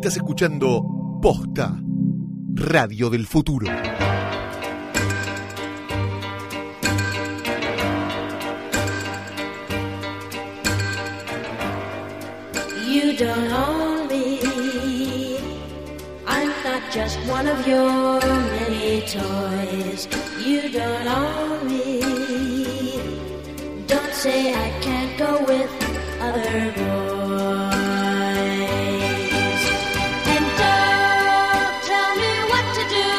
Estás escuchando Posta, Radio del Futuro. You don't own me. I'm not just one of your many toys. You don't own me. Don't say I can't go with other boys. And don't tell me what to do.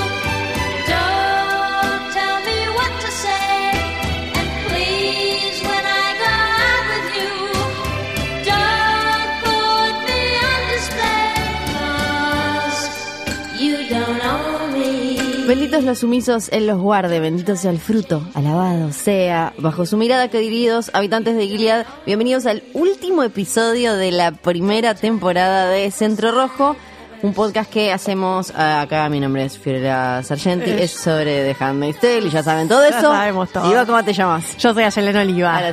Don't tell me what to say. And please, when I go out with you, don't put me on display, 'cause you don't own me. Benditos los sumisos, Él los guarde, bendito sea el fruto, alabado sea. Bajo su mirada, queridos habitantes de Gilead, bienvenidos al último episodio de la primera temporada de Centro Rojo, un podcast que hacemos acá. Mi nombre es Fiorella Sargenti, es sobre The Handmaid's Tale y ya saben todo eso. Ya sabemos todo. Iva, ¿cómo te llamas? Yo soy Ayelena Oliva. Ahora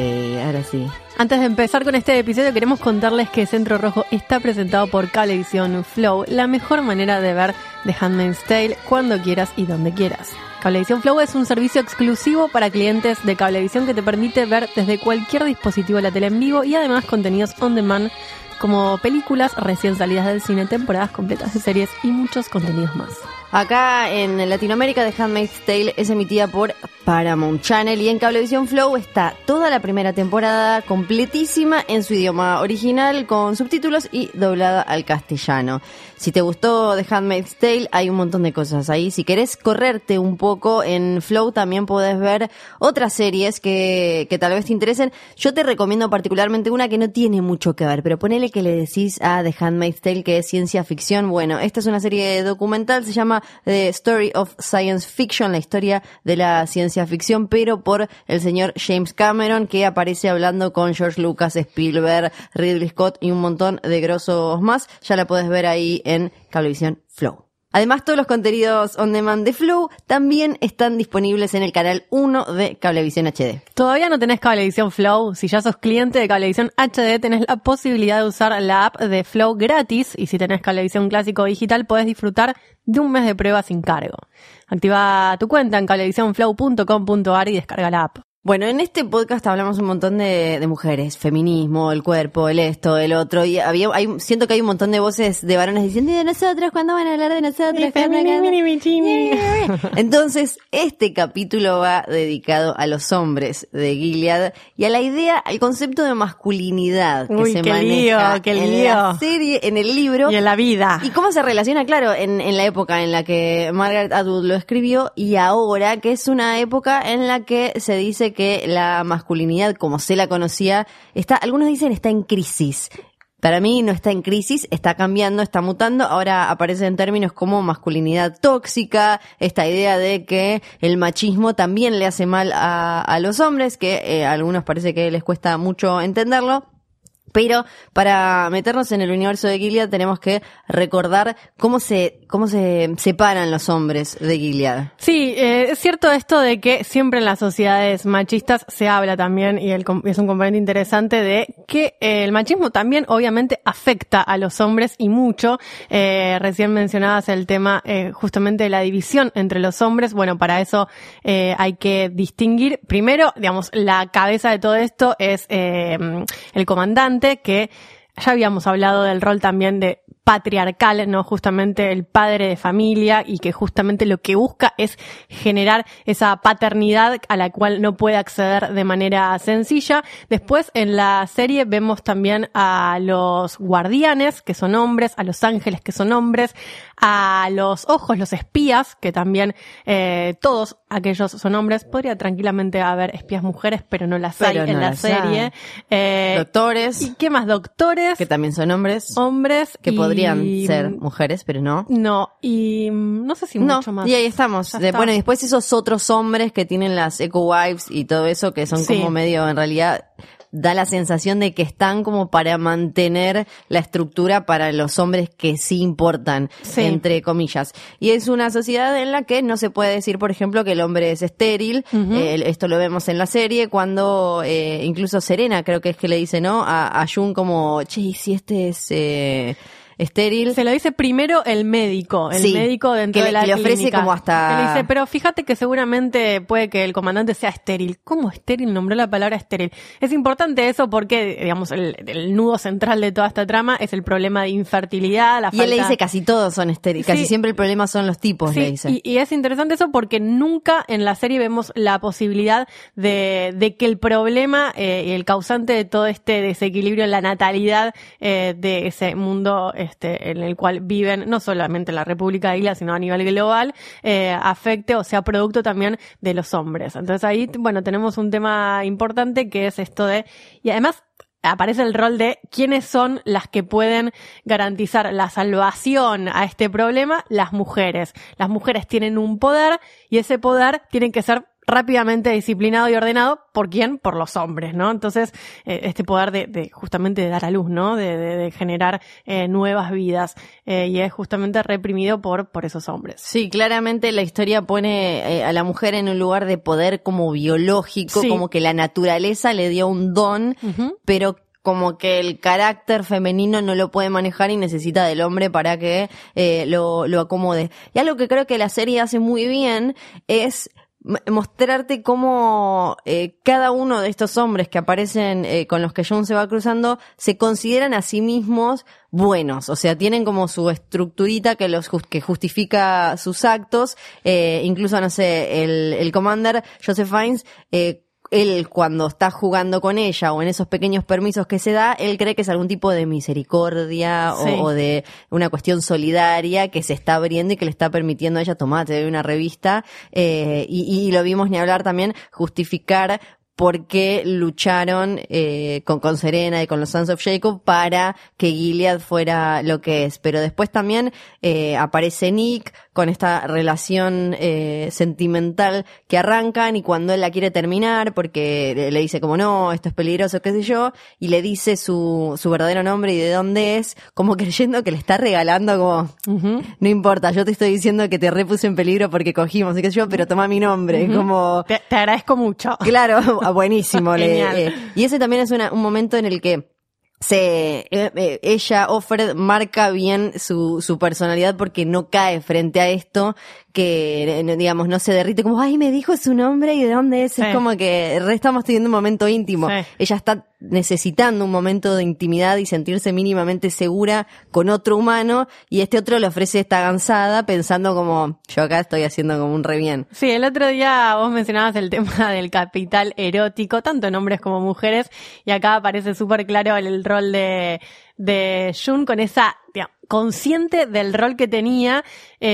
sí. Antes de empezar con este episodio, queremos contarles que Centro Rojo está presentado por Cablevisión Flow, la mejor manera de ver The Handmaid's Tale cuando quieras y donde quieras. Cablevisión Flow es un servicio exclusivo para clientes de Cablevisión que te permite ver desde cualquier dispositivo la tele en vivo y además contenidos on demand como películas recién salidas del cine, temporadas completas de series y muchos contenidos más. Acá en Latinoamérica, The Handmaid's Tale es emitida por Paramount Channel y en Cablevisión Flow está toda la primera temporada completísima en su idioma original con subtítulos y doblada al castellano. Si te gustó The Handmaid's Tale, hay un montón de cosas ahí. Si querés correrte un poco en Flow, también podés ver otras series que tal vez te interesen. Yo te recomiendo particularmente una que no tiene mucho que ver, pero ponele que le decís a The Handmaid's Tale que es ciencia ficción. Bueno, esta es una serie documental, se llama The Story of Science Fiction, la historia de la ciencia ficción, pero por el señor James Cameron, que aparece hablando con George Lucas, Spielberg, Ridley Scott y un montón de grosos más. Ya la podés ver ahí en Cablevisión Flow. Además, todos los contenidos on demand de Flow también están disponibles en el canal 1 de Cablevisión HD. ¿Todavía no tenés Cablevisión Flow? Si ya sos cliente de Cablevisión HD, tenés la posibilidad de usar la app de Flow gratis, y si tenés Cablevisión Clásico Digital, podés disfrutar de un mes de prueba sin cargo. Activa tu cuenta en cablevisionflow.com.ar y descarga la app. Bueno, en este podcast hablamos un montón de mujeres, feminismo, el cuerpo, el esto, el otro, y siento que hay un montón de voces de varones diciendo, ¿y de nosotros? ¿Cuándo van a hablar de nosotros? Entonces, este capítulo va dedicado a los hombres de Gilead y a la idea, al concepto de masculinidad que se maneja en la serie, en el libro. Y en la vida. Y cómo se relaciona, claro, en la época en la que Margaret Atwood lo escribió y ahora, que es una época en la que se dice que la masculinidad, como se la conocía, algunos dicen está en crisis. Para mí no está en crisis, está cambiando, está mutando. Ahora aparecen términos como masculinidad tóxica, esta idea de que el machismo también le hace mal a los hombres, que a algunos parece que les cuesta mucho entenderlo. Pero para meternos en el universo de Gilead tenemos que recordar cómo se separan los hombres de Gilead. Sí, es cierto esto de que siempre en las sociedades machistas se habla también, y es un componente interesante, de que el machismo también obviamente afecta a los hombres y mucho. Recién mencionabas el tema justamente de la división entre los hombres. Bueno, para eso hay que distinguir. Primero, digamos, la cabeza de todo esto es el comandante, que ya habíamos hablado del rol también de patriarcal, ¿no? Justamente el padre de familia, y que justamente lo que busca es generar esa paternidad a la cual no puede acceder de manera sencilla. Después, en la serie vemos también a los guardianes, que son hombres, a los ángeles, que son hombres, a los ojos, los espías, que también todos aquellos son hombres. Podría tranquilamente haber espías mujeres, pero no las hay en la serie. Doctores. ¿Y qué más? Doctores. Que también son hombres. Hombres. Que podrían ser mujeres, pero no. No, y no sé si mucho más. Y ahí estamos. Bueno, y después esos otros hombres que tienen las eco-wives y todo eso, que son como medio, en realidad, da la sensación de que están como para mantener la estructura para los hombres que sí importan, entre comillas. Y es una sociedad en la que no se puede decir, por ejemplo, que el hombre es estéril. Esto lo vemos en la serie cuando incluso Serena, creo que es que le dice, ¿no? A June como, che, si este es estéril. Se lo dice primero el médico Sí, dentro que de la le ofrece clínica. como hasta- Que le dice, pero fíjate que seguramente puede que el comandante sea estéril. ¿Cómo estéril? Nombró la palabra estéril. Es importante eso porque, digamos, el nudo central de toda esta trama es el problema de infertilidad, la Y falta... él le dice casi todos son estériles, Sí. casi siempre el problema son los tipos, le Sí, dice. y es interesante eso porque nunca en la serie vemos la posibilidad de que el problema y el causante de todo este desequilibrio en la natalidad de ese mundo en el cual viven no solamente la República de Islas, sino a nivel global, afecte o sea producto también de los hombres. Entonces ahí, bueno, tenemos un tema importante que es esto de... Y además aparece el rol de quiénes son las que pueden garantizar la salvación a este problema, las mujeres. Las mujeres tienen un poder y ese poder tiene que ser rápidamente disciplinado y ordenado. ¿Por quién? Por los hombres, ¿no? Entonces, este poder de justamente de dar a luz, ¿no? De generar nuevas vidas. Y es justamente reprimido por esos hombres. Sí, claramente la historia pone a la mujer en un lugar de poder como biológico, Sí. como que la naturaleza le dio un don, pero como que el carácter femenino no lo puede manejar y necesita del hombre para que lo acomode. Y algo que creo que la serie hace muy bien es mostrarte cómo cada uno de estos hombres que aparecen con los que June se va cruzando se consideran a sí mismos buenos, o sea, tienen como su estructurita que justifica sus actos, incluso, no sé, el Commander Joseph Fiennes, él cuando está jugando con ella o en esos pequeños permisos que se da, él cree que es algún tipo de misericordia Sí. o de una cuestión solidaria que se está abriendo y que le está permitiendo a ella tomar, te doy una revista, y lo vimos ni hablar también, justificar por qué lucharon con Serena y con los Sons of Jacob para que Gilead fuera lo que es. Pero después también aparece Nick con esta relación sentimental que arrancan, y cuando él la quiere terminar porque le dice como no, esto es peligroso, qué sé yo, y le dice su verdadero nombre y de dónde es, como creyendo que le está regalando como no importa, yo te estoy diciendo que te repuse en peligro porque cogimos y qué sé yo, pero toma mi nombre, como... Te agradezco mucho. Claro, buenísimo. Genial. Y ese también es un momento en el que ella, Offred, marca bien su personalidad porque no cae frente a esto que, digamos, no se derrite como, ay, me dijo su nombre y de dónde es. Sí. Es como que estamos teniendo un momento íntimo. Sí. Ella está necesitando un momento de intimidad y sentirse mínimamente segura con otro humano, y este otro le ofrece esta gansada pensando como, yo acá estoy haciendo como un re bien. Sí, el otro día vos mencionabas el tema del capital erótico, tanto en hombres como mujeres, y acá aparece súper claro el rol de June con esa, digamos, consciente del rol que tenía,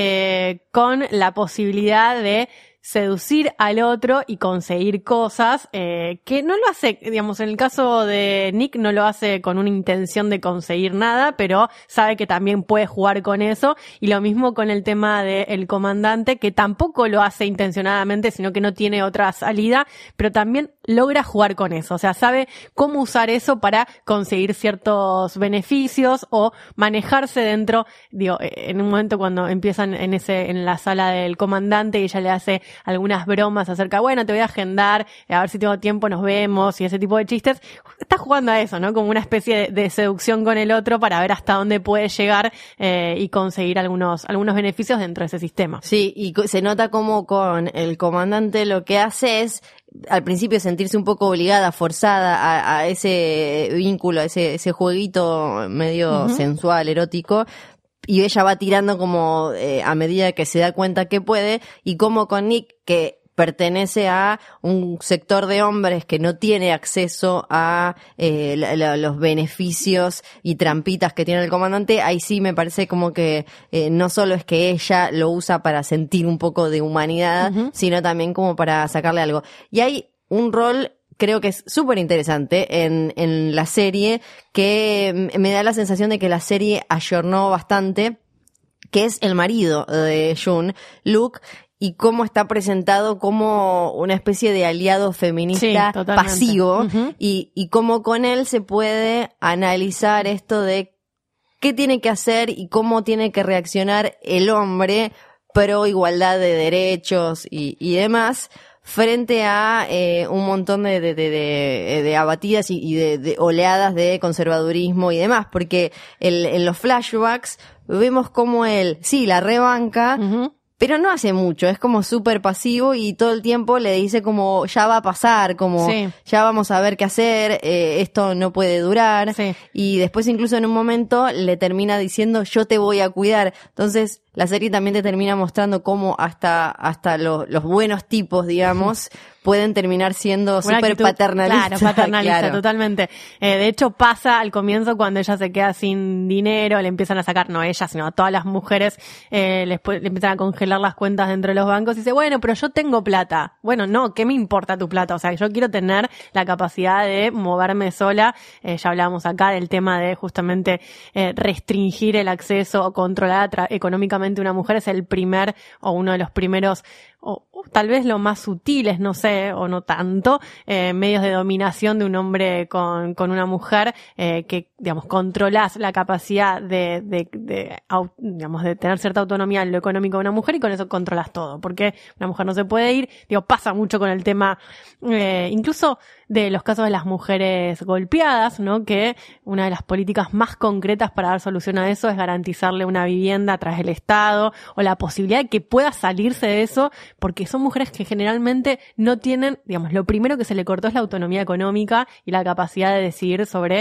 con la posibilidad de seducir al otro y conseguir cosas, que no lo hace, digamos, en el caso de Nick no lo hace con una intención de conseguir nada, pero sabe que también puede jugar con eso, y lo mismo con el tema del comandante, que tampoco lo hace intencionadamente, sino que no tiene otra salida, pero también logra jugar con eso, o sea, sabe cómo usar eso para conseguir ciertos beneficios o manejarse dentro, digo, en un momento cuando empiezan en la sala del comandante y ella le hace algunas bromas acerca, bueno, te voy a agendar, a ver si tengo tiempo, nos vemos, y ese tipo de chistes, está jugando a eso, ¿no? Como una especie de seducción con el otro para ver hasta dónde puede llegar y conseguir algunos beneficios dentro de ese sistema. Sí, y se nota como con el comandante lo que hace es al principio sentirse un poco obligada, forzada a ese vínculo, a ese jueguito medio sensual, erótico, y ella va tirando como a medida que se da cuenta que puede, y como con Nick, que pertenece a un sector de hombres que no tiene acceso a los beneficios y trampitas que tiene el comandante, ahí sí me parece como que no solo es que ella lo usa para sentir un poco de humanidad, sino también como para sacarle algo. Y hay un rol, creo que es súper interesante en la serie, que me da la sensación de que la serie ayornó bastante, que es el marido de June, Luke, y cómo está presentado como una especie de aliado feminista Sí, pasivo, y cómo con él se puede analizar esto de qué tiene que hacer y cómo tiene que reaccionar el hombre pro igualdad de derechos y demás frente a un montón de abatidas y de oleadas de conservadurismo y demás, porque en los flashbacks vemos como él, sí, la rebanca, pero no hace mucho, es como súper pasivo y todo el tiempo le dice como ya va a pasar, como ya vamos a ver qué hacer, esto no puede durar, y después incluso en un momento le termina diciendo yo te voy a cuidar. Entonces la serie también te termina mostrando cómo hasta los buenos tipos, digamos, pueden terminar siendo súper paternalistas. Claro, paternalista, totalmente. De hecho, pasa al comienzo cuando ella se queda sin dinero, le empiezan a sacar, no ella, sino a todas las mujeres, le empiezan a congelar las cuentas dentro de los bancos y dice, bueno, pero yo tengo plata. Bueno, no, ¿qué me importa tu plata? O sea, yo quiero tener la capacidad de moverme sola. Ya hablábamos acá del tema de justamente restringir el acceso o controlar económicamente una mujer. Es el primer o uno de los primeros o tal vez lo más sutiles, no sé, o no tanto, medios de dominación de un hombre con una mujer, que, digamos, controlás la capacidad de tener cierta autonomía en lo económico de una mujer y con eso controlas todo, porque una mujer no se puede ir, pasa mucho con el tema, incluso de los casos de las mujeres golpeadas, ¿no? Que una de las políticas más concretas para dar solución a eso es garantizarle una vivienda a través del Estado o la posibilidad de que pueda salirse de eso, porque son mujeres que generalmente no tienen, digamos, lo primero que se le cortó es la autonomía económica y la capacidad de decidir sobre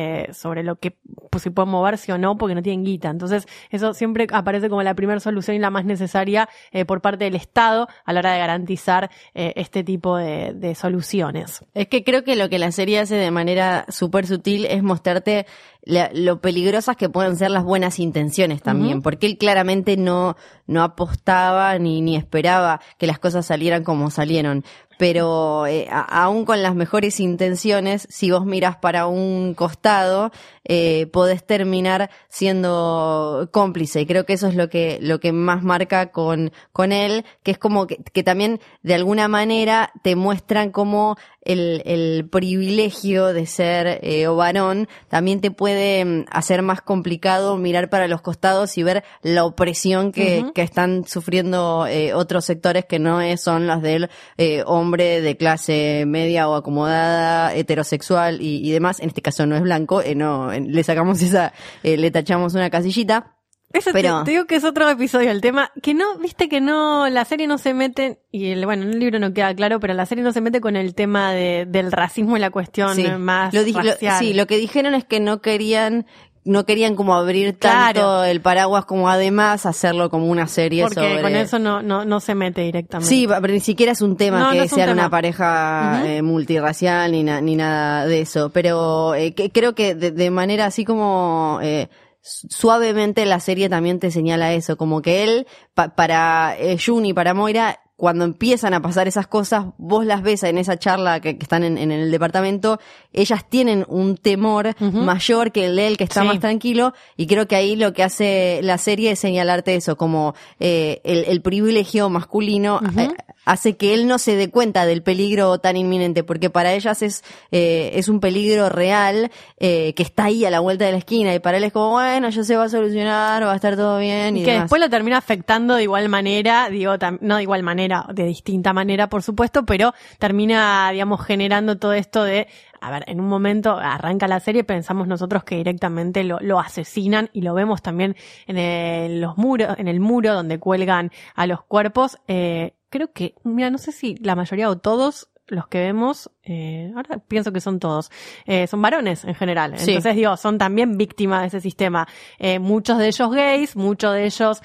lo que, pues, si pueden moverse o no, porque no tienen guita. Entonces, eso siempre aparece como la primera solución y la más necesaria por parte del Estado a la hora de garantizar este tipo de soluciones. Es que creo que lo que la serie hace de manera súper sutil es mostrarte lo peligrosas que pueden ser las buenas intenciones también, porque él claramente no apostaba ni esperaba que las cosas salieran como salieron. Pero aún con las mejores intenciones, si vos mirás para un costado, podés terminar siendo cómplice. Y creo que eso es lo que más marca con él, que es como que también de alguna manera te muestran cómo el privilegio de ser o varón también te puede hacer más complicado mirar para los costados y ver la opresión que están sufriendo otros sectores que no son las del hombre de clase media o acomodada, heterosexual y demás. En este caso no es blanco, le sacamos le tachamos una casillita. Eso pero te digo que es otro episodio, el tema que no, viste que no, la serie no se mete, y en el libro no queda claro, pero la serie no se mete con el tema del racismo y la cuestión más racial. Lo que dijeron es que no querían como abrir tanto el paraguas como además hacerlo como una serie porque con eso no se mete directamente. Sí, pero ni siquiera es un tema que sean una pareja multirracial ni nada de eso, pero creo que de manera así como suavemente la serie también te señala eso, como que él, para Jun y para Moira, cuando empiezan a pasar esas cosas, vos las ves en esa charla que están en el departamento, ellas tienen un temor mayor que el de él, que está más tranquilo, y creo que ahí lo que hace la serie es señalarte eso, como el privilegio masculino hace que él no se dé cuenta del peligro tan inminente, porque para ellas es un peligro real que está ahí a la vuelta de la esquina, y para él es como, bueno, ya se va a solucionar, va a estar todo bien, y que demás. Después lo termina afectando de igual manera, no de igual manera, de distinta manera, por supuesto, pero termina, digamos, generando todo esto de, a ver, en un momento arranca la serie, pensamos nosotros que directamente lo asesinan, y lo vemos también en el muro donde cuelgan a los cuerpos. Creo que, mira, no sé si la mayoría o todos los que vemos, ahora pienso que son todos, son varones en general. Entonces son también víctimas de ese sistema. Muchos de ellos gays, muchos de ellos,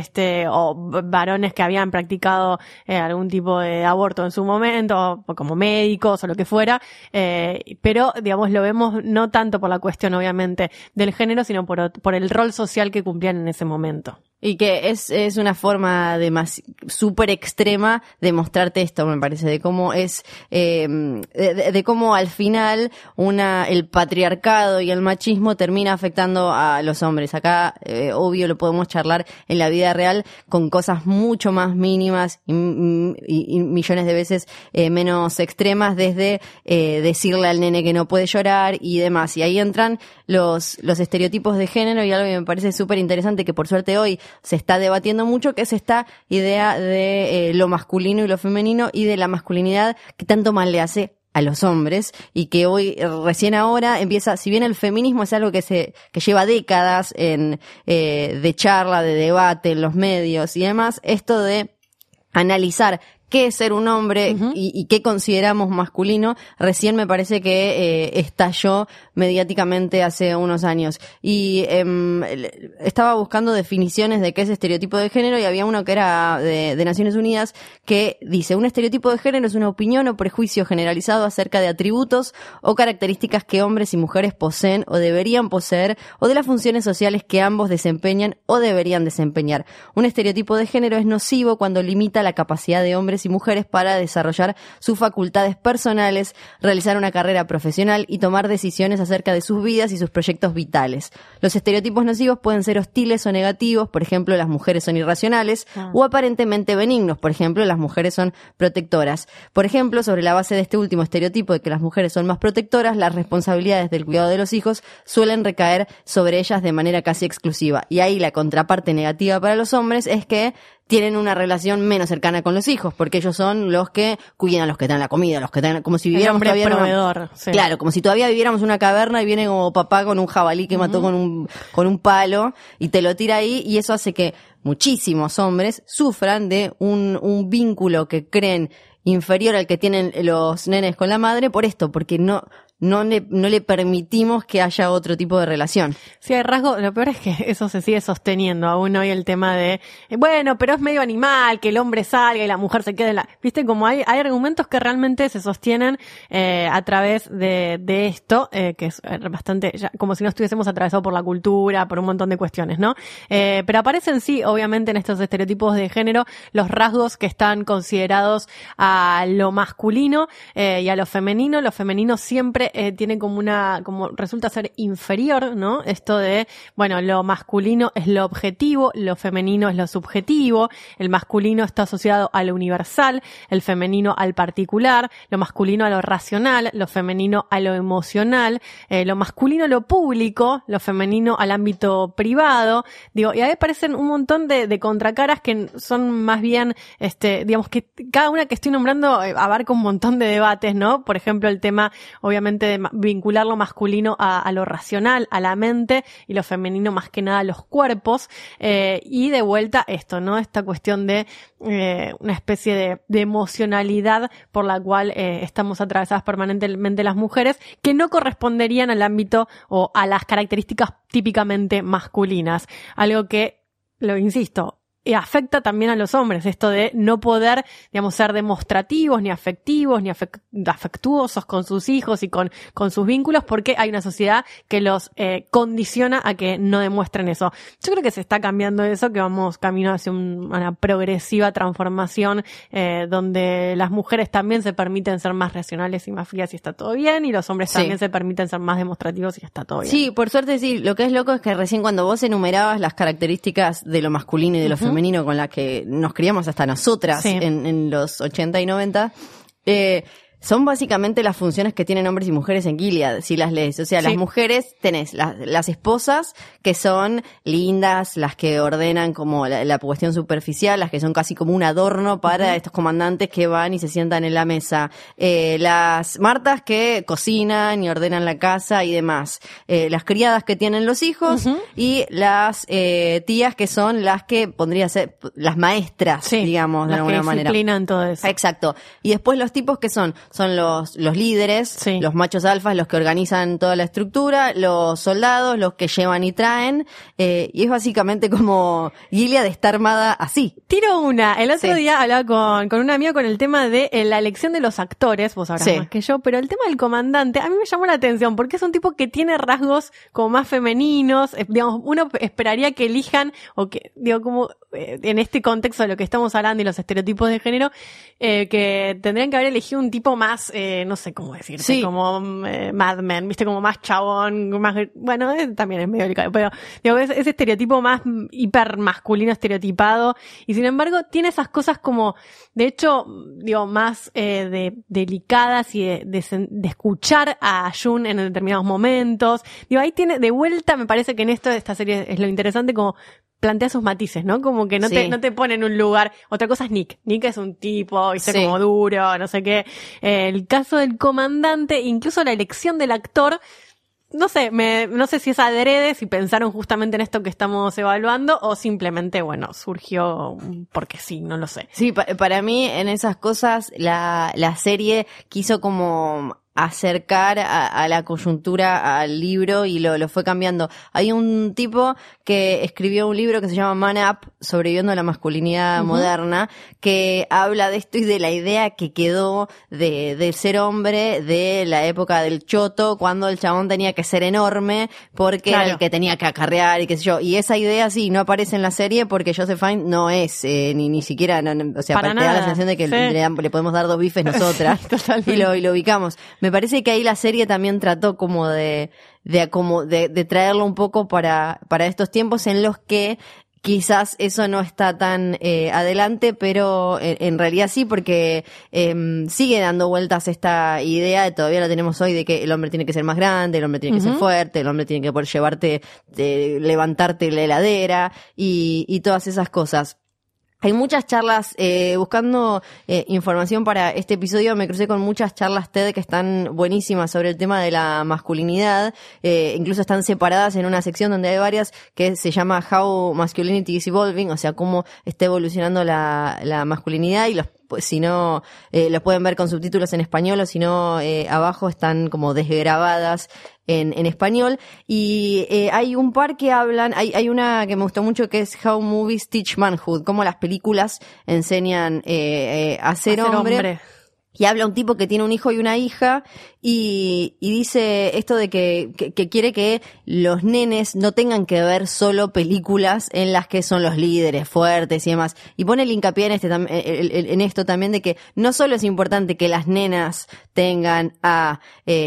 o varones que habían practicado algún tipo de aborto en su momento, o como médicos o lo que fuera, pero, digamos, lo vemos no tanto por la cuestión, obviamente, del género, sino por el rol social que cumplían en ese momento. Y que es una forma súper extrema de mostrarte esto, me parece, de cómo de cómo al final el patriarcado y el machismo termina afectando a los hombres. Acá, obvio, lo podemos charlar en la vida real con cosas mucho más mínimas y millones de veces menos extremas, desde decirle al nene que no puede llorar y demás. Y ahí entran los estereotipos de género, y algo que me parece súper interesante, que por suerte hoy se está debatiendo mucho, que es esta idea de lo masculino y lo femenino y de la masculinidad que tanto mal le hace a los hombres, y que hoy, recién ahora, empieza, si bien el feminismo es algo que lleva décadas de charla, de debate en los medios y demás, esto de analizar qué es ser un hombre y qué consideramos masculino, recién me parece que estalló mediáticamente hace unos años. Y estaba buscando definiciones de qué es estereotipo de género, y había uno que era de Naciones Unidas que dice: un estereotipo de género es una opinión o prejuicio generalizado acerca de atributos o características que hombres y mujeres poseen o deberían poseer, o de las funciones sociales que ambos desempeñan o deberían desempeñar. Un estereotipo de género es nocivo cuando limita la capacidad de hombres y mujeres para desarrollar sus facultades personales, realizar una carrera profesional y tomar decisiones acerca de sus vidas y sus proyectos vitales. Los estereotipos nocivos pueden ser hostiles o negativos, por ejemplo, las mujeres son irracionales, o aparentemente benignos, por ejemplo, las mujeres son protectoras. Por ejemplo, sobre la base de este último estereotipo de que las mujeres son más protectoras, las responsabilidades del cuidado de los hijos suelen recaer sobre ellas de manera casi exclusiva. Y ahí la contraparte negativa para los hombres es que tienen una relación menos cercana con los hijos, porque ellos son los que cuidan a los que dan la comida, los que dan, como si viviéramos el hombre todavía proveedor, sí. Claro, como si todavía viviéramos en una caverna y viene como papá con un jabalí que mató con un palo y te lo tira ahí, y eso hace que muchísimos hombres sufran de un vínculo que creen inferior al que tienen los nenes con la madre por esto, porque no le permitimos que haya otro tipo de relación. Sí, hay rasgos, lo peor es que eso se sigue sosteniendo aún hoy, el tema de, bueno, pero es medio animal que el hombre salga y la mujer se quede en la... Viste, como hay argumentos que realmente se sostienen a través de esto, que es bastante, ya, como si no estuviésemos atravesados por la cultura, por un montón de cuestiones, ¿no? Pero aparecen sí, obviamente, en estos estereotipos de género, los rasgos que están considerados a lo masculino y a lo femenino. Lo femenino siempre tiene como resulta ser inferior, ¿no? Esto de, bueno, lo masculino es lo objetivo, lo femenino es lo subjetivo, el masculino está asociado a lo universal, el femenino al particular, lo masculino a lo racional, lo femenino a lo emocional, lo masculino a lo público, lo femenino al ámbito privado. Digo, y ahí aparecen un montón de contracaras que son más bien, digamos que cada una que estoy nombrando abarca un montón de debates, ¿no? Por ejemplo, el tema, obviamente, de vincular lo masculino a lo racional, a la mente, y lo femenino más que nada a los cuerpos, y de vuelta esto, ¿no? Esta cuestión de una especie de emocionalidad por la cual estamos atravesadas permanentemente las mujeres, que no corresponderían al ámbito o a las características típicamente masculinas. Algo que, lo insisto, afecta también a los hombres, esto de no poder, digamos, ser demostrativos, ni afectivos, ni afectuosos con sus hijos y con sus vínculos, porque hay una sociedad que los condiciona a que no demuestren eso. Yo creo que se está cambiando eso, que vamos camino hacia una progresiva transformación, donde las mujeres también se permiten ser más racionales y más frías y está todo bien, y los hombres también se permiten ser más demostrativos y está todo bien. Sí, por suerte sí. Lo que es loco es que recién cuando vos enumerabas las características de lo masculino y de lo femenino con las que nos criamos hasta nosotras en los 80 y 90, son básicamente las funciones que tienen hombres y mujeres en Gilead, si las lees. O sea, las mujeres tenés las esposas, que son lindas, las que ordenan como la cuestión superficial, las que son casi como un adorno para estos comandantes que van y se sientan en la mesa. Las martas que cocinan y ordenan la casa y demás. Las criadas que tienen los hijos y las tías que son las que podría ser las maestras, digamos, de alguna manera. Las que disciplinan todo eso. Exacto. Y después los tipos que son los líderes, los machos alfas, los que organizan toda la estructura, los soldados, los que llevan y traen, y es básicamente como Gilead está armada así. Tiro una. El otro día hablaba con un amigo con el tema de la elección de los actores, vos sabrás más que yo, pero el tema del comandante a mí me llamó la atención porque es un tipo que tiene rasgos como más femeninos, digamos, uno esperaría que elijan, o que, digo, como en este contexto de lo que estamos hablando y los estereotipos de género, que tendrían que haber elegido un tipo más, no sé cómo decirte, como Mad Men, viste, como más chabón, más, bueno, también es medio delicado, pero digo, ese estereotipo más hiper masculino estereotipado, y sin embargo tiene esas cosas como, de hecho, digo, más delicadas y de escuchar a Jun en determinados momentos. Digo, ahí tiene, de vuelta, me parece que en esta serie es lo interesante, como plantea sus matices, ¿no? Como que no Sí. te pone en un lugar. Otra cosa es Nick. Nick es un tipo, viste, Sí. como duro, no sé qué. El caso del comandante, incluso la elección del actor, no sé, no sé si es adrede, si pensaron justamente en esto que estamos evaluando, o simplemente, bueno, surgió porque sí, no lo sé. Sí, para mí en esas cosas la serie quiso como acercar a la coyuntura al libro y lo fue cambiando. Hay un tipo que escribió un libro que se llama Man Up, sobreviviendo a la masculinidad moderna, que habla de esto y de la idea que quedó de ser hombre de la época del choto, cuando el chabón tenía que ser enorme porque era Claro. el que tenía que acarrear y qué sé yo. Y esa idea sí no aparece en la serie porque Joseph Fiennes no es ni siquiera, o sea, Para te da la nada, sensación de que sí. le podemos dar 2 bifes nosotras Totalmente. y lo ubicamos. Me parece que ahí la serie también trató como de traerlo un poco para estos tiempos en los que quizás eso no está tan adelante, pero en realidad sí, porque sigue dando vueltas esta idea, todavía la tenemos hoy, de que el hombre tiene que ser más grande, el hombre tiene que ser fuerte, el hombre tiene que poder levantarte la heladera y todas esas cosas. Hay muchas charlas, buscando información para este episodio, me crucé con muchas charlas TED que están buenísimas sobre el tema de la masculinidad, incluso están separadas en una sección donde hay varias que se llama How Masculinity is Evolving, o sea, cómo está evolucionando la masculinidad, y pues, si no, los pueden ver con subtítulos en español, o si no, abajo están como desgrabadas en español. Y hay un par que hablan, hay una que me gustó mucho que es How Movies Teach Manhood, cómo las películas enseñan a ser hombre. Y habla un tipo que tiene un hijo y una hija y dice esto de que quiere que los nenes no tengan que ver solo películas en las que son los líderes fuertes y demás. Y pone el hincapié en esto también de que no solo es importante que las nenas tengan a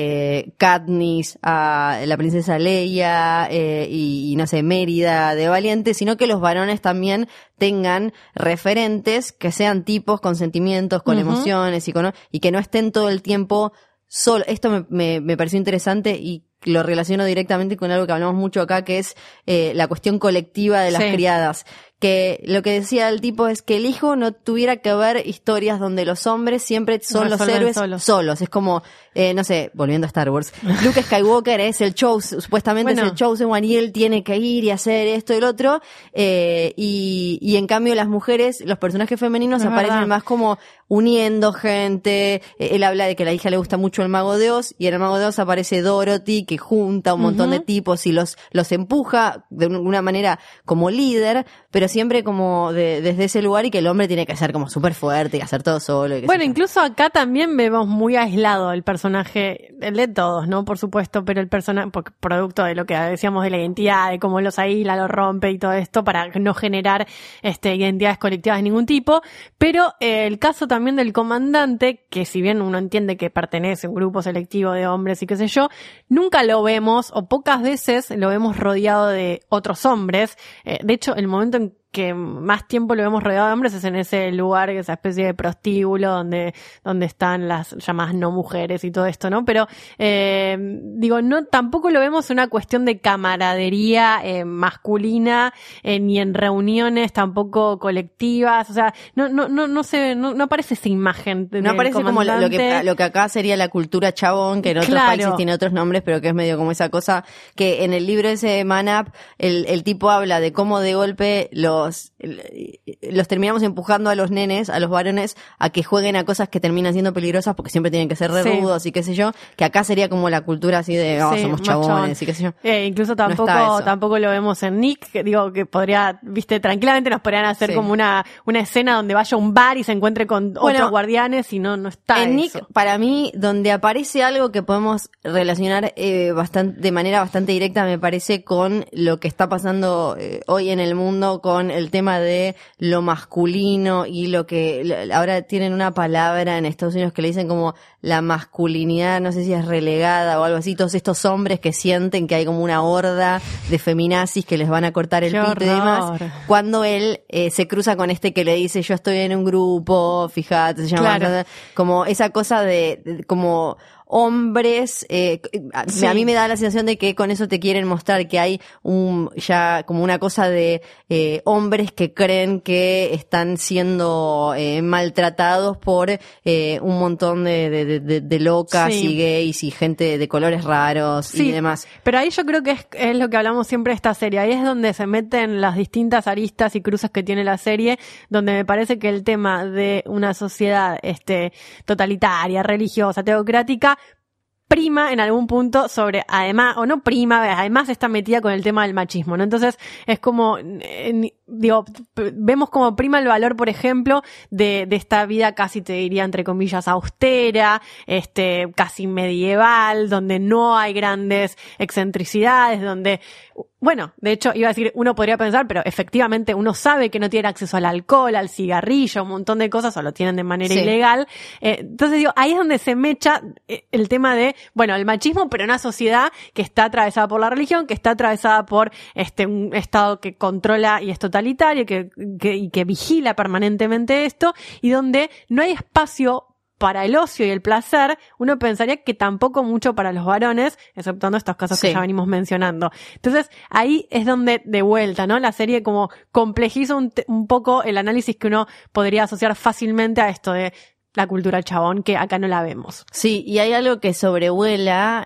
Katniss, a la princesa Leia y no sé, Mérida de Valiente, sino que los varones también tengan referentes que sean tipos con sentimientos, con emociones y que no estén todo el tiempo solo. Esto me pareció interesante y lo relaciono directamente con algo que hablamos mucho acá, que es la cuestión colectiva de las criadas. Que lo que decía el tipo es que el hijo no tuviera que ver historias donde los hombres siempre son los héroes solos. Es como, no sé, volviendo a Star Wars, Luke Skywalker es el Chosen, supuestamente es el Chosen One y él tiene que ir y hacer esto y el otro, y en cambio las mujeres, los personajes femeninos aparecen más como uniendo gente. Él habla de que a la hija le gusta mucho el Mago de Oz, y en el Mago de Oz aparece Dorothy, que junta un montón de tipos y los empuja de una manera como líder, pero siempre como desde ese lugar, y que el hombre tiene que ser como súper fuerte y hacer todo solo. Y bueno, incluso acá también vemos muy aislado el personaje, el de todos, ¿no? Por supuesto, pero el personaje, producto de lo que decíamos de la identidad, de cómo los aísla, los rompe y todo esto, para no generar identidades colectivas de ningún tipo. Pero el caso también del comandante, que si bien uno entiende que pertenece a un grupo selectivo de hombres y qué sé yo, nunca lo vemos, o pocas veces lo vemos rodeado de otros hombres. De hecho, el momento en que más tiempo lo vemos rodeado de hombres es en ese lugar, esa especie de prostíbulo donde están las llamadas no mujeres y todo esto, ¿no? Pero, no, tampoco lo vemos en una cuestión de camaradería masculina, ni en reuniones tampoco colectivas, o sea, no aparece esa imagen. No aparece como lo que acá sería la cultura chabón, que en otros países tiene otros nombres, pero que es medio como esa cosa que en el libro ese Man Up, el tipo habla de cómo de golpe los terminamos empujando a los nenes, a los varones, a que jueguen a cosas que terminan siendo peligrosas porque siempre tienen que ser re rudos y qué sé yo, que acá sería como la cultura así de somos chabones y qué sé yo. Incluso tampoco lo vemos en Nick, que digo que podría, tranquilamente nos podrían hacer como una escena donde vaya a un bar y se encuentre con otros guardianes, y no está en eso. Nick, para mí, donde aparece algo que podemos relacionar de manera bastante directa, me parece, con lo que está pasando hoy en el mundo, con el tema de lo masculino y lo que ahora tienen una palabra en Estados Unidos que le dicen como la masculinidad, no sé si es relegada o algo así, todos estos hombres que sienten que hay como una horda de feminazis que les van a cortar el pito y demás, cuando él se cruza con que le dice yo estoy en un grupo, fíjate, se llama, como esa cosa de como hombres, Sí. a mí me da la sensación de que con eso te quieren mostrar que hay ya como una cosa de hombres que creen que están siendo maltratados por un montón de locas Sí. y gays y gente de colores raros y demás. Pero ahí yo creo que es lo que hablamos siempre de esta serie. Ahí es donde se meten las distintas aristas y cruces que tiene la serie, donde me parece que el tema de una sociedad totalitaria, religiosa, teocrática, prima en algún punto sobre, además, o no prima, además está metida con el tema del machismo, ¿no? Entonces, es como, vemos como prima el valor, por ejemplo, de esta vida casi, te diría, entre comillas, austera, casi medieval, donde no hay grandes excentricidades, donde, bueno, de hecho, iba a decir, uno podría pensar, pero efectivamente uno sabe que no tiene acceso al alcohol, al cigarrillo, un montón de cosas, o lo tienen de manera Sí. ilegal. Entonces, ahí es donde se mecha el tema de, bueno, el machismo, pero en una sociedad que está atravesada por la religión, que está atravesada por un Estado que controla y es totalitario, y que vigila permanentemente esto, y donde no hay espacio para el ocio y el placer. Uno pensaría que tampoco mucho para los varones, exceptuando estos casos Sí. que ya venimos mencionando. Entonces, ahí es donde, de vuelta, ¿no? La serie como complejiza un poco el análisis que uno podría asociar fácilmente a esto de la cultura chabón, que acá no la vemos. Sí, y hay algo que sobrevuela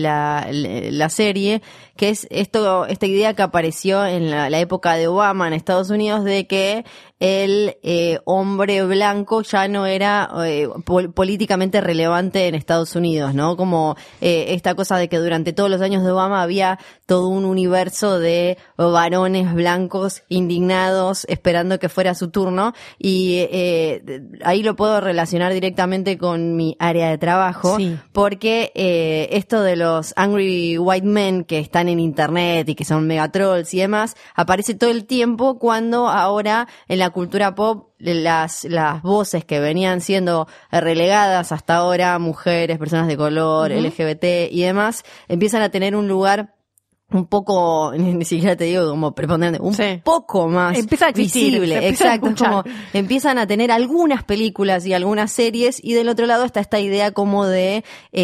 la serie, que es esta idea que apareció en la época de Obama en Estados Unidos de que el hombre blanco ya no era políticamente relevante en Estados Unidos, ¿no? Como esta cosa de que durante todos los años de Obama había todo un universo de varones blancos indignados esperando que fuera su turno, y ahí lo puedo relacionar directamente con mi área de trabajo, Sí. porque esto de los angry white men que están en internet y que son megatrolls y demás, aparece todo el tiempo, cuando ahora en la cultura pop las voces que venían siendo relegadas hasta ahora, mujeres, personas de color, LGBT y demás, empiezan a tener un lugar un poco, ni siquiera te digo como preponderante, un Sí. poco más Empieza a existir, visible, se empieza a exacto, es escuchar. como empiezan a tener algunas películas y algunas series, y del otro lado está esta idea como de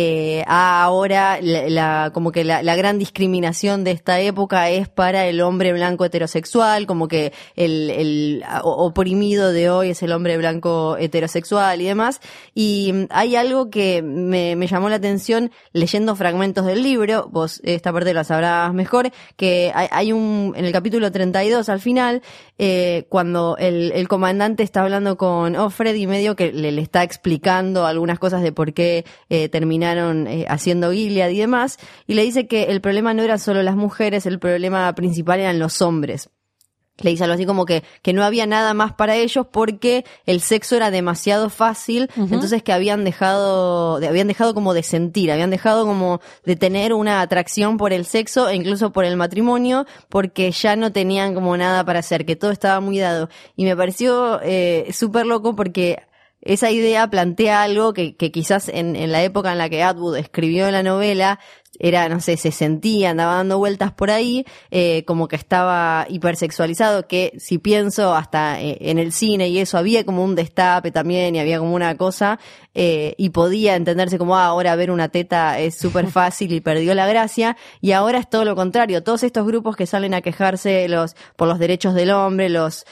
ahora como que la gran discriminación de esta época es para el hombre blanco heterosexual, como que el oprimido de hoy es el hombre blanco heterosexual y demás. Y hay algo que me llamó la atención leyendo fragmentos del libro, vos esta parte la sabrás mejor, que hay en el capítulo 32 al final, cuando el comandante está hablando con Offred y medio que le está explicando algunas cosas de por qué terminaron haciendo Gilead y demás, y le dice que el problema no eran solo las mujeres, el problema principal eran los hombres. Le dice algo así como que no había nada más para ellos porque el sexo era demasiado fácil, entonces que habían dejado como de sentir, habían dejado como de tener una atracción por el sexo e incluso por el matrimonio, porque ya no tenían como nada para hacer, que todo estaba muy dado. Y me pareció súper loco porque esa idea plantea algo que quizás en la época en la que Atwood escribió la novela era, no sé, se sentía, andaba dando vueltas por ahí, como que estaba hipersexualizado, que si pienso hasta en el cine y eso, había como un destape también y había como una cosa, y podía entenderse como, ahora ver una teta es súper fácil y perdió la gracia, y ahora es todo lo contrario, todos estos grupos que salen a quejarse por los derechos del hombre, los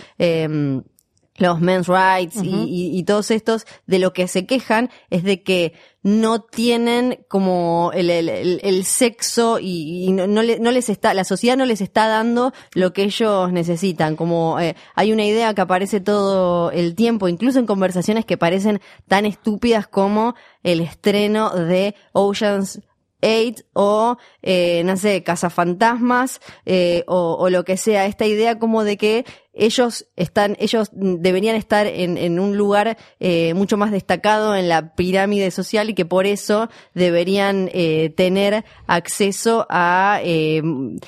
men's rights y todos estos, de lo que se quejan es de que no tienen como el sexo y no les está, la sociedad no les está dando lo que ellos necesitan. Como hay una idea que aparece todo el tiempo, incluso en conversaciones que parecen tan estúpidas como el estreno de Ocean's 8 o, no sé, Cazafantasmas, o lo que sea, esta idea como de que ellos deberían estar en un lugar mucho más destacado en la pirámide social y que por eso deberían tener acceso a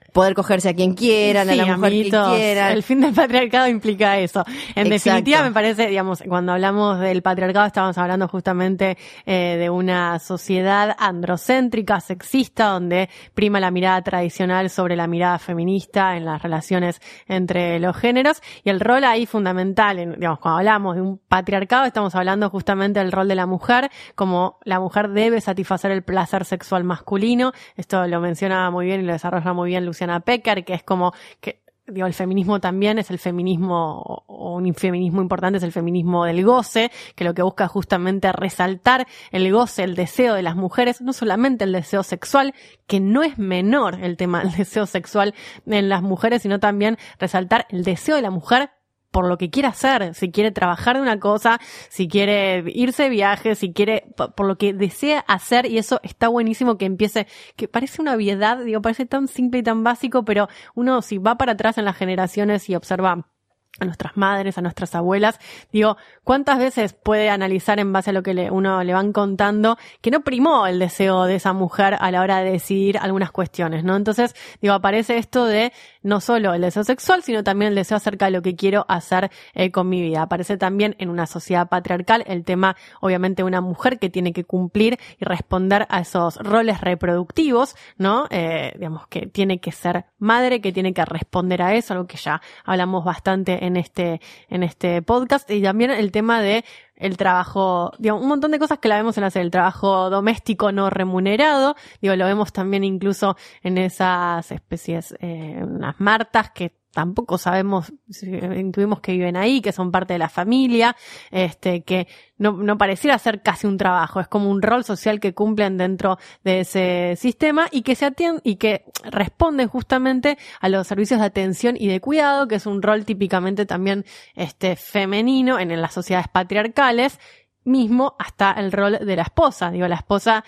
poder cogerse a quien quieran, a la mujer amiguitos, que quieran. El fin del patriarcado implica eso. En Exacto. definitiva, me parece, digamos, cuando hablamos del patriarcado estábamos hablando justamente de una sociedad androcéntrica, sexista, donde prima la mirada tradicional sobre la mirada feminista en las relaciones entre los géneros, y el rol ahí fundamental, digamos, cuando hablamos de un patriarcado estamos hablando justamente del rol de la mujer, como la mujer debe satisfacer el placer sexual masculino. Esto lo menciona muy bien y lo desarrolla muy bien Luciana Pecker, que es como que, digo, el feminismo también es el feminismo, o un feminismo importante es el feminismo del goce, que lo que busca es justamente resaltar el goce, el deseo de las mujeres, no solamente el deseo sexual, que no es menor el tema del deseo sexual en las mujeres, sino también resaltar el deseo de la mujer por lo que quiere hacer, si quiere trabajar de una cosa, si quiere irse de viaje, si quiere, por lo que desea hacer, y eso está buenísimo que empiece, que parece una obviedad, digo, parece tan simple y tan básico, pero uno si va para atrás en las generaciones y observa a nuestras madres, a nuestras abuelas, digo, ¿cuántas veces puede analizar en base a lo que uno le van contando que no primó el deseo de esa mujer a la hora de decidir algunas cuestiones, ¿no? Entonces, digo, aparece esto de no solo el deseo sexual, sino también el deseo acerca de lo que quiero hacer con mi vida. Aparece también en una sociedad patriarcal el tema, obviamente, de una mujer que tiene que cumplir y responder a esos roles reproductivos, ¿no? Digamos, que tiene que ser madre, que tiene que responder a eso, algo que ya hablamos bastante en este podcast, y también el tema de el trabajo, digamos, un montón de cosas que la vemos en la serie, el trabajo doméstico no remunerado, digo, lo vemos también incluso en esas especies, unas martas que tampoco sabemos, intuimos que viven ahí, que son parte de la familia, que no pareciera ser casi un trabajo, es como un rol social que cumplen dentro de ese sistema y que se atienden y que responden justamente a los servicios de atención y de cuidado, que es un rol típicamente también femenino en las sociedades patriarcales. Mismo hasta el rol de la esposa. Digo, la esposa,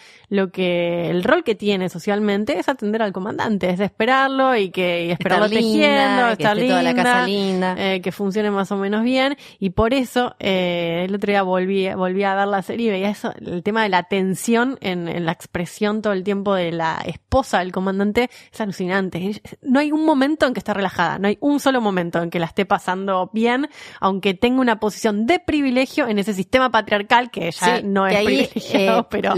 el rol que tiene socialmente es atender al comandante, es de esperarlo y esperarlo estar linda, tejiendo, que estar esté linda, toda la casa linda. Que funcione más o menos bien, y por eso el otro día volví a ver la serie y veía eso, el tema de la tensión en la expresión todo el tiempo de la esposa del comandante es alucinante. No hay un momento en que esté relajada, no hay un solo momento en que la esté pasando bien, aunque tenga una posición de privilegio en ese sistema patriarcal que ya Sí, no que es ahí, privilegiado, pero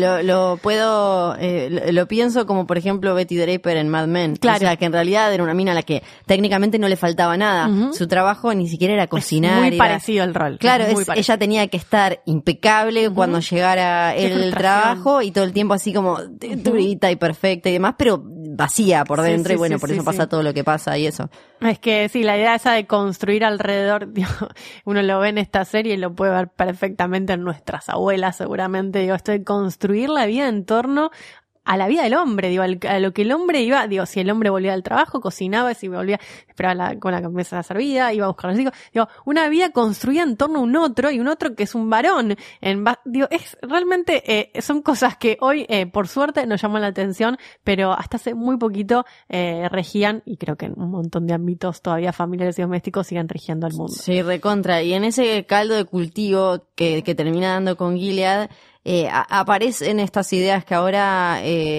lo pienso como por ejemplo Betty Draper en Mad Men. Claro. O sea, que en realidad era una mina a la que técnicamente no le faltaba nada. Ujú. Su trabajo ni siquiera era cocinar. muy era- parecido el rol. Claro, muy parecido. ella tenía que estar impecable cuando llegara Qué el frustración. trabajo, y todo el tiempo así como durita y perfecta y demás, pero vacía por Sí, dentro, sí, y bueno, sí, por sí, eso pasa sí. todo lo que pasa y eso. Es que sí, la idea esa de construir alrededor, digo, uno lo ve en esta serie y lo puede ver perfectamente en nuestras abuelas seguramente, digo, esto de construir la vida en torno a la vida del hombre, digo, a lo que el hombre iba, digo, si el hombre volvía al trabajo, cocinaba, si volvía, esperaba con la mesa servida, iba a buscar a los hijos, digo, una vida construida en torno a un otro, y un otro que es un varón, digo, es realmente, son cosas que hoy, por suerte, nos llaman la atención, pero hasta hace muy poquito, regían, y creo que en un montón de ámbitos todavía familiares y domésticos siguen rigiendo al mundo. Sí, recontra. Y en ese caldo de cultivo que termina dando con Gilead, aparecen estas ideas que ahora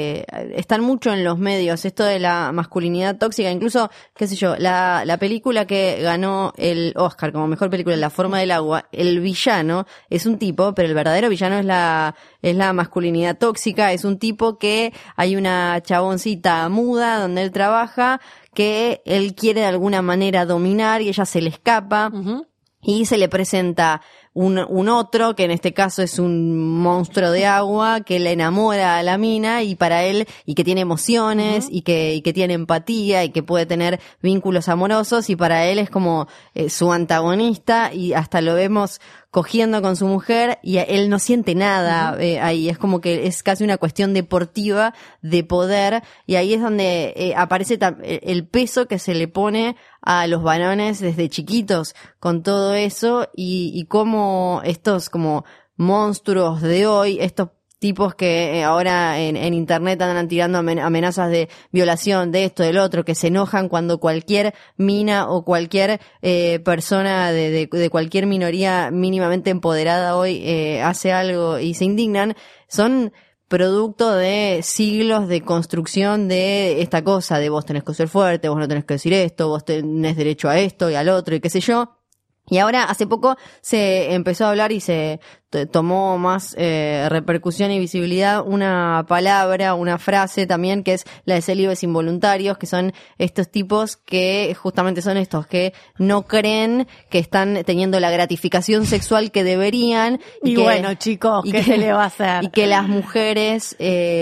están mucho en los medios, esto de la masculinidad tóxica. Incluso, qué sé yo, la película que ganó el Oscar como mejor película, La forma del agua, el villano es un tipo, pero el verdadero villano es la masculinidad tóxica. Es un tipo que hay una chaboncita muda donde él trabaja, que él quiere de alguna manera dominar y ella se le escapa. Ujú. Y se le presenta un otro, que en este caso es un monstruo de agua, que le enamora a la mina, y para él, y que tiene emociones, y que tiene empatía, y que puede tener vínculos amorosos, y para él es como su antagonista, y hasta lo vemos cogiendo con su mujer, y él no siente nada ahí. Es como que es casi una cuestión deportiva de poder, y ahí es donde aparece el peso que se le pone a los varones desde chiquitos con todo eso, y cómo estos como monstruos de hoy, estos tipos que ahora en internet andan tirando amenazas de violación, de esto, del otro, que se enojan cuando cualquier mina o cualquier persona de cualquier minoría mínimamente empoderada hoy hace algo y se indignan, son producto de siglos de construcción de esta cosa, de vos tenés que ser fuerte, vos no tenés que decir esto, vos tenés derecho a esto y al otro y qué sé yo. Y ahora, hace poco, se empezó a hablar y se tomó más repercusión y visibilidad una palabra, una frase también, que es la de célibes involuntarios, que son estos tipos que justamente son estos que no creen que están teniendo la gratificación sexual que deberían. Y que, bueno, chicos, ¿qué se le va a hacer? Y que las mujeres,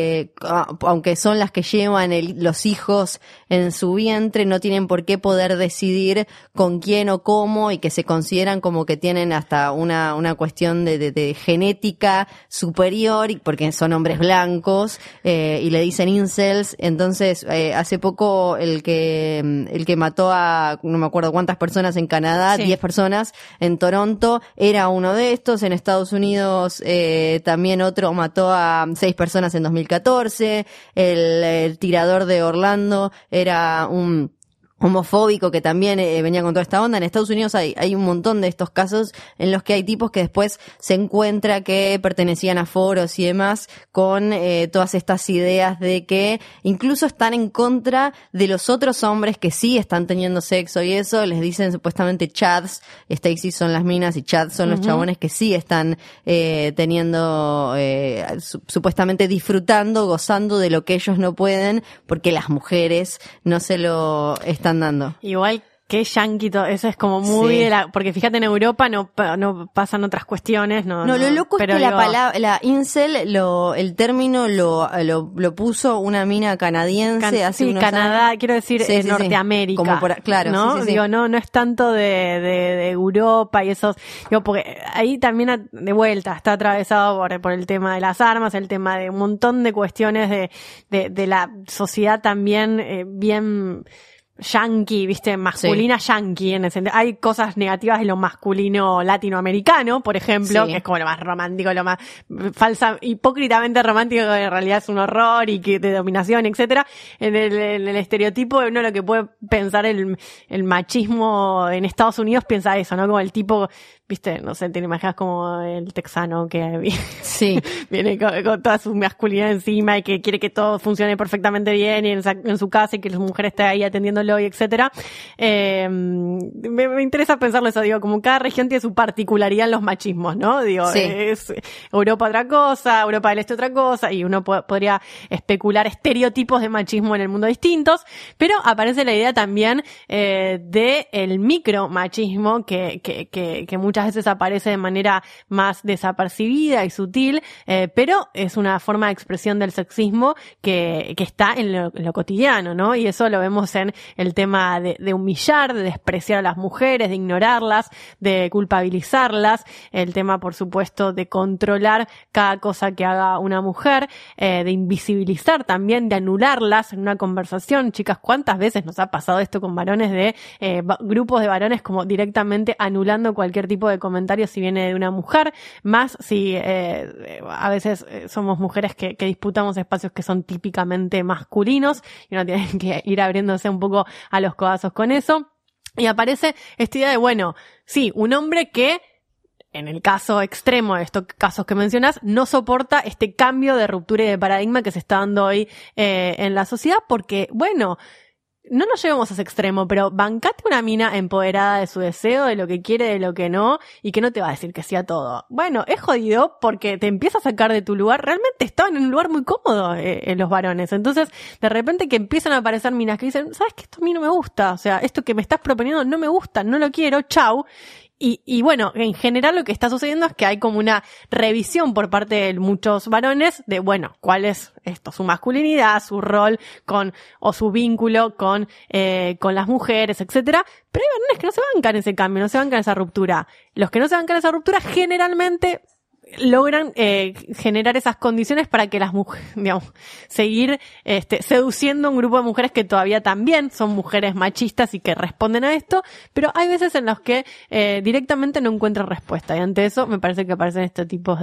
aunque son las que llevan los hijos en su vientre, no tienen por qué poder decidir con quién o cómo, y que se consideran como que tienen hasta una cuestión de genética superior, porque son hombres blancos, y le dicen incels. Entonces, hace poco el que mató a no me acuerdo cuántas personas en Canadá, Sí. 10 personas en Toronto, era uno de estos. En Estados Unidos también otro mató a 6 personas en 2014. El tirador de Orlando era un homofóbico que también venía con toda esta onda. En Estados Unidos hay un montón de estos casos en los que hay tipos que después se encuentra que pertenecían a foros y demás con todas estas ideas de que incluso están en contra de los otros hombres que sí están teniendo sexo y eso. Les dicen supuestamente chads. Stacy son las minas y chads son los chabones que sí están teniendo, supuestamente disfrutando, gozando de lo que ellos no pueden, porque las mujeres no se lo están dando. Igual que yanquito, eso es como muy Sí. de porque fíjate, en Europa no pasan otras cuestiones, no. No, lo loco es pero que la digo, palabra, la incel, el término lo puso una mina canadiense hace sí, unos Canadá, años. quiero decir, Sí, sí, sí. Norteamérica. Como claro, ¿no? sí, sí, sí. Digo, no es tanto de Europa y esos, digo, porque ahí también de vuelta está atravesado por el tema de las armas, el tema de un montón de cuestiones de la sociedad también, bien yanqui, viste, masculina yanqui, en el sentido. Hay cosas negativas de lo masculino latinoamericano, por ejemplo, Sí. que es como lo más romántico, lo más falsa, hipócritamente romántico, que en realidad es un horror y que de dominación, etcétera. En el estereotipo, uno lo que puede pensar el machismo en Estados Unidos piensa eso, ¿no? Como el tipo, viste, no sé, te lo imaginas como el texano que Sí. viene con toda su masculinidad encima y que quiere que todo funcione perfectamente bien y en su casa y que la mujer esté ahí atendiéndolo y etcétera. Me interesa pensarlo eso, digo, como cada región tiene su particularidad en los machismos, ¿no? Digo, Sí. es Europa otra cosa, Europa del Este otra cosa, y uno podría especular estereotipos de machismo en el mundo distintos, pero aparece la idea también de el micromachismo que muchas veces aparece de manera más desapercibida y sutil, pero es una forma de expresión del sexismo que está en lo cotidiano, ¿no? Y eso lo vemos en el tema de humillar, de despreciar a las mujeres, de ignorarlas, de culpabilizarlas, el tema, por supuesto, de controlar cada cosa que haga una mujer, de invisibilizar también, de anularlas en una conversación. Chicas, ¿cuántas veces nos ha pasado esto con varones de grupos de varones como directamente anulando cualquier tipo de comentario si viene de una mujer? Más si a veces somos mujeres que disputamos espacios que son típicamente masculinos y uno tiene que ir abriéndose un poco a los codazos con eso. Y aparece esta idea de, bueno, sí, un hombre que, en el caso extremo de estos casos que mencionas, no soporta este cambio de ruptura y de paradigma que se está dando hoy en la sociedad, porque, bueno, no nos llevemos a ese extremo, pero bancate una mina empoderada de su deseo, de lo que quiere, de lo que no, y que no te va a decir que sí a todo. Bueno, es jodido porque te empieza a sacar de tu lugar. Realmente estaban en un lugar muy cómodo los varones. Entonces, de repente que empiezan a aparecer minas que dicen, ¿sabes qué? Esto a mí no me gusta. O sea, esto que me estás proponiendo no me gusta, no lo quiero, chau. Y bueno, en general lo que está sucediendo es que hay como una revisión por parte de muchos varones de, bueno, cuál es esto, su masculinidad, su rol o su vínculo con las mujeres, etcétera. Pero hay varones que no se bancan ese cambio, no se bancan esa ruptura. Los que no se bancan esa ruptura generalmente logran generar esas condiciones para que las mujeres, digamos, seguir seduciendo a un grupo de mujeres que todavía también son mujeres machistas y que responden a esto, pero hay veces en los que directamente no encuentran respuesta, y ante eso me parece que aparecen estos tipos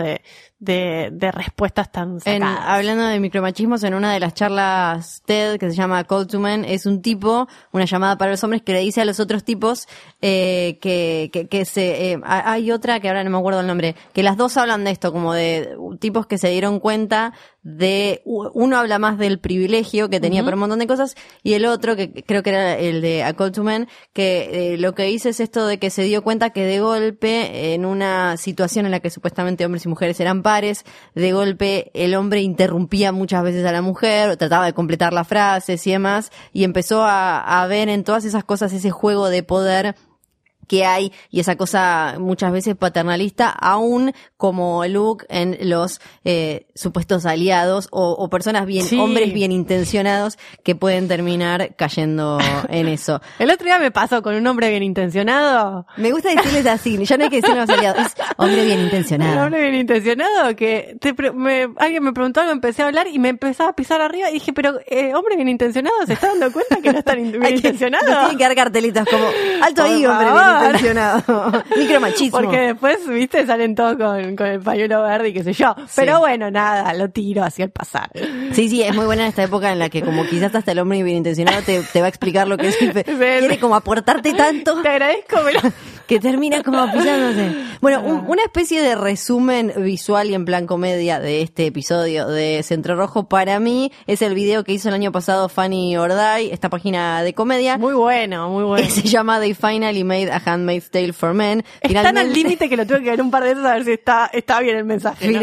de respuestas tan sacadas. Hablando de micromachismos, en una de las charlas TED que se llama Call to Men, es un tipo, una llamada para los hombres, que le dice a los otros tipos hay otra que ahora no me acuerdo el nombre, que las dos hablan hablan de esto, como de tipos que se dieron cuenta de, uno habla más del privilegio que tenía por un montón de cosas, y el otro, que creo que era el de A Call to Men, que lo que dice es esto de que se dio cuenta que de golpe, en una situación en la que supuestamente hombres y mujeres eran pares, de golpe el hombre interrumpía muchas veces a la mujer, o trataba de completar las frases y demás, y empezó a ver en todas esas cosas ese juego de poder que hay, y esa cosa muchas veces paternalista, aún como Luke en los supuestos aliados o personas bien, hombres bien intencionados que pueden terminar cayendo en eso. El otro día me pasó con un hombre bien intencionado. Me gusta decirles así, ya no hay que decirle los aliados, es hombre bien intencionado. Un hombre bien intencionado que alguien me preguntó algo, empecé a hablar y me empezaba a pisar arriba y dije, pero hombre bien intencionado, ¿se está dando cuenta que no está bien intencionado? Tienen que dar cartelitos como, alto ahí, hombre bien intencionado. Micromachismo. Porque después, viste, salen todos con el pañuelo verde y qué sé yo. Pero bueno, nada, lo tiro hacia el pasar. Sí, es muy buena en esta época en la que como quizás hasta el hombre bien intencionado te va a explicar lo que es. Quiere como aportarte tanto. Te agradezco, pero... que termina como pisándose. Bueno, una especie de resumen visual y en plan comedia de este episodio de Centro Rojo para mí es el video que hizo el año pasado Funny or Die, esta página de comedia. Muy bueno, muy bueno. Que se llama They Finally Made a Handmaid's Tale for Men. Es tan al límite que lo tuve que ver un par de veces a ver si está bien el mensaje, ¿no?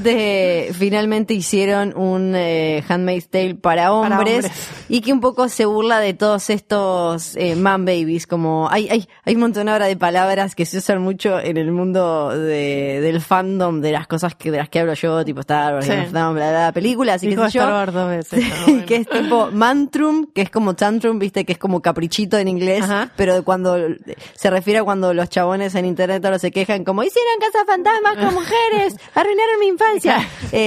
Finalmente hicieron un Handmaid's Tale para hombres y que un poco se burla de todos estos man babies, como hay un montón ahora de palabras que se usan mucho en el mundo del fandom, de las cosas de las que hablo yo, tipo Star Wars, bla, bla, bla, películas y qué sé yo. Star Wars 2 veces, bueno. Que es tipo mantrum, que es como tantrum, viste, que es como caprichito en inglés, pero cuando se refiere a cuando los chabones en internet ahora se quejan como hicieron cazafantasmas con mujeres, arruinaron mi infancia.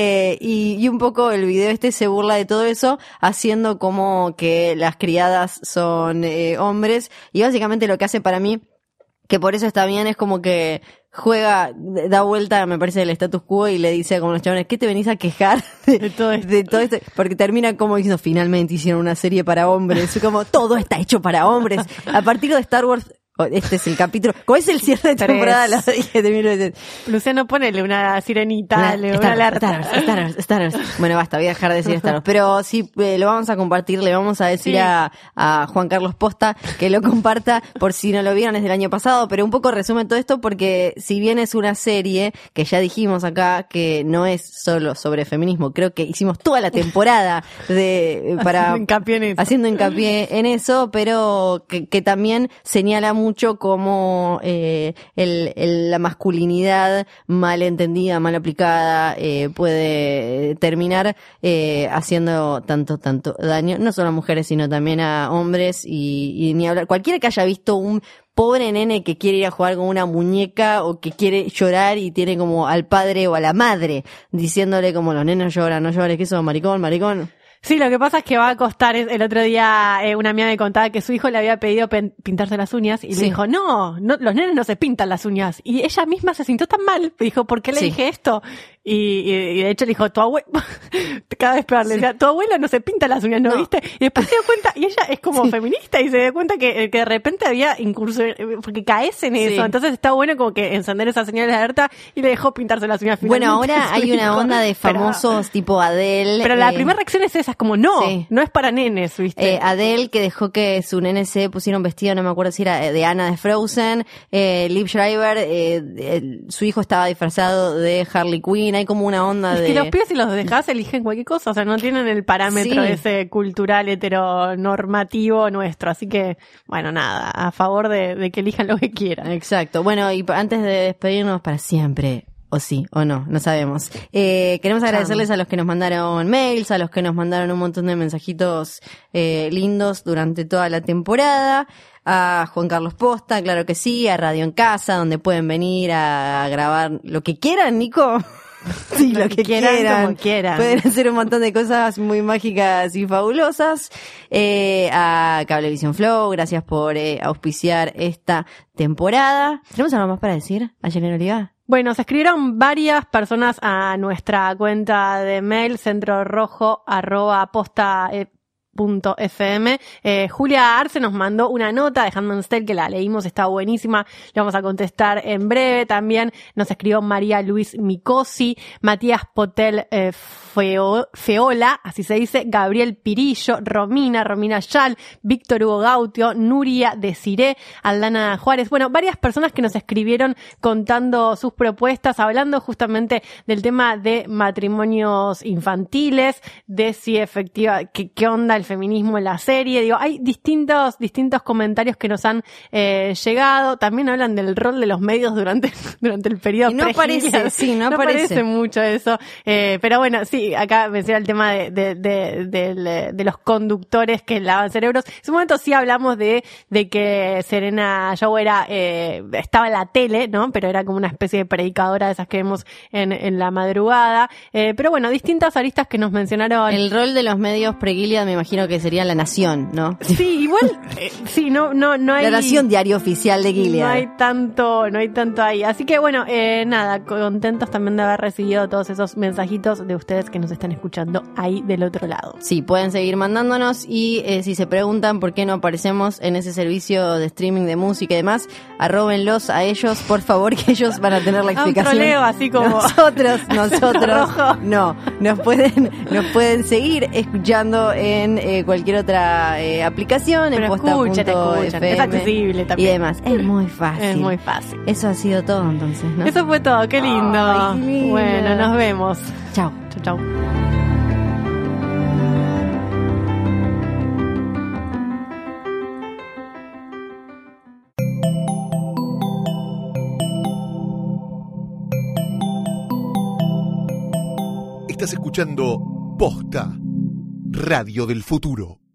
Y un poco el video se burla de todo eso, haciendo como que las criadas son hombres, y básicamente lo que hace para mí, que por eso está bien, es como que juega, da vuelta, me parece, el status quo y le dice como los chavales, ¿qué te venís a quejar de todo esto? Porque termina como diciendo, finalmente hicieron una serie para hombres, como todo está hecho para hombres. A partir de Star Wars, este es el capítulo, ¿cómo es el cierre de temporada? Lo dije de 1900. Luciano, ponele una sirenita, una alerta. Star Wars. Bueno, basta, voy a dejar de decir Star Wars. Pero sí, lo vamos a compartir, le vamos a decir a Juan Carlos Posta que lo comparta por si no lo vieron, es del año pasado, pero un poco resume todo esto porque si bien es una serie que ya dijimos acá que no es solo sobre feminismo, creo que hicimos toda la temporada haciendo hincapié en eso, pero que también señala mucho como la masculinidad mal entendida, mal aplicada, puede terminar haciendo tanto daño, no solo a mujeres, sino también a hombres, y ni hablar. Cualquiera que haya visto un pobre nene que quiere ir a jugar con una muñeca o que quiere llorar y tiene como al padre o a la madre diciéndole como los nenes lloran, no llores, que eso, maricón. Sí, lo que pasa es que va a costar. El otro día una amiga me contaba que su hijo le había pedido pintarse las uñas y le dijo, no, los nenes no se pintan las uñas. Y ella misma se sintió tan mal. Dijo, ¿por qué le dije esto? Y de hecho le dijo, tu abuelo, cada vez peor, le decía, tu abuelo no se pinta las uñas, ¿no viste? Y después se dio cuenta, y ella es como feminista, y se dio cuenta que de repente había incursión, porque caes en eso. Entonces está bueno como que encender esas señales de alerta y le dejó pintarse las uñas finalmente. Bueno, ahora hay una onda de famosos tipo Adele. Pero la primera reacción es esa, es como no es para nenes, ¿viste? Adele, que dejó que su nene se pusiera un vestido, no me acuerdo si era de Anna de Frozen. Liv Schreiber, su hijo estaba disfrazado de Harley Quinn. Hay como una onda de... Es que los pibes, si los dejás, eligen cualquier cosa. O sea, no tienen el parámetro ese cultural heteronormativo nuestro. Así que, bueno, nada, a favor de que elijan lo que quieran. Exacto. Bueno, y antes de despedirnos para siempre... O sí, o no sabemos. Queremos agradecerles a los que nos mandaron mails, a los que nos mandaron un montón de mensajitos lindos durante toda la temporada. A Juan Carlos Posta, claro que sí, a Radio en Casa, donde pueden venir a grabar lo que quieran, Nico. Sí, lo que quieran, como quieran. Pueden hacer un montón de cosas muy mágicas y fabulosas. A Cablevisión Flow, gracias por auspiciar esta temporada. ¿Tenemos algo más para decir, Ayelena Oliva? Bueno, se escribieron varias personas a nuestra cuenta de mail, centrorojo@posta, .fm. Julia Arce nos mandó una nota de Handmaid's Tale que la leímos, está buenísima, le vamos a contestar en breve. También nos escribió María Luis Micosi, Matías Potel Feola, así se dice, Gabriel Pirillo, Romina Yal, Víctor Hugo Gautio, Nuria Desiré, Aldana Juárez, bueno, varias personas que nos escribieron contando sus propuestas, hablando justamente del tema de matrimonios infantiles, de si efectiva, qué onda el feminismo en la serie. Digo, hay distintos comentarios que nos han llegado. También hablan del rol de los medios durante el periodo. Y no aparece, sí, no aparece mucho eso. Pero bueno, sí, acá menciona el tema de los conductores que lavan cerebros. En su momento sí hablamos de que Serena Jow estaba en la tele, ¿no? Pero era como una especie de predicadora de esas que vemos en la madrugada. Pero bueno, distintas aristas que nos mencionaron. El rol de los medios pre-Gilead me imagino que sería La Nación, ¿no? Sí, igual, sí, no hay... La Nación, diario oficial de Gilead. No hay tanto ahí. Así que bueno, nada, contentos también de haber recibido todos esos mensajitos de ustedes que nos están escuchando ahí del otro lado. Sí, pueden seguir mandándonos y si se preguntan por qué no aparecemos en ese servicio de streaming de música y demás, arróbenlos a ellos, por favor, que ellos van a tener la explicación. Un troleo, así como... Nosotros, no, nos pueden seguir escuchando en cualquier otra aplicación, pero en posta.fm, es accesible también. Y demás. Es muy fácil. Es muy fácil. Eso ha sido todo entonces, ¿no? Eso fue todo, qué lindo. Ay, qué lindo. Bueno, nos vemos. Chao. Chau. Estás escuchando Posta, Radio del Futuro.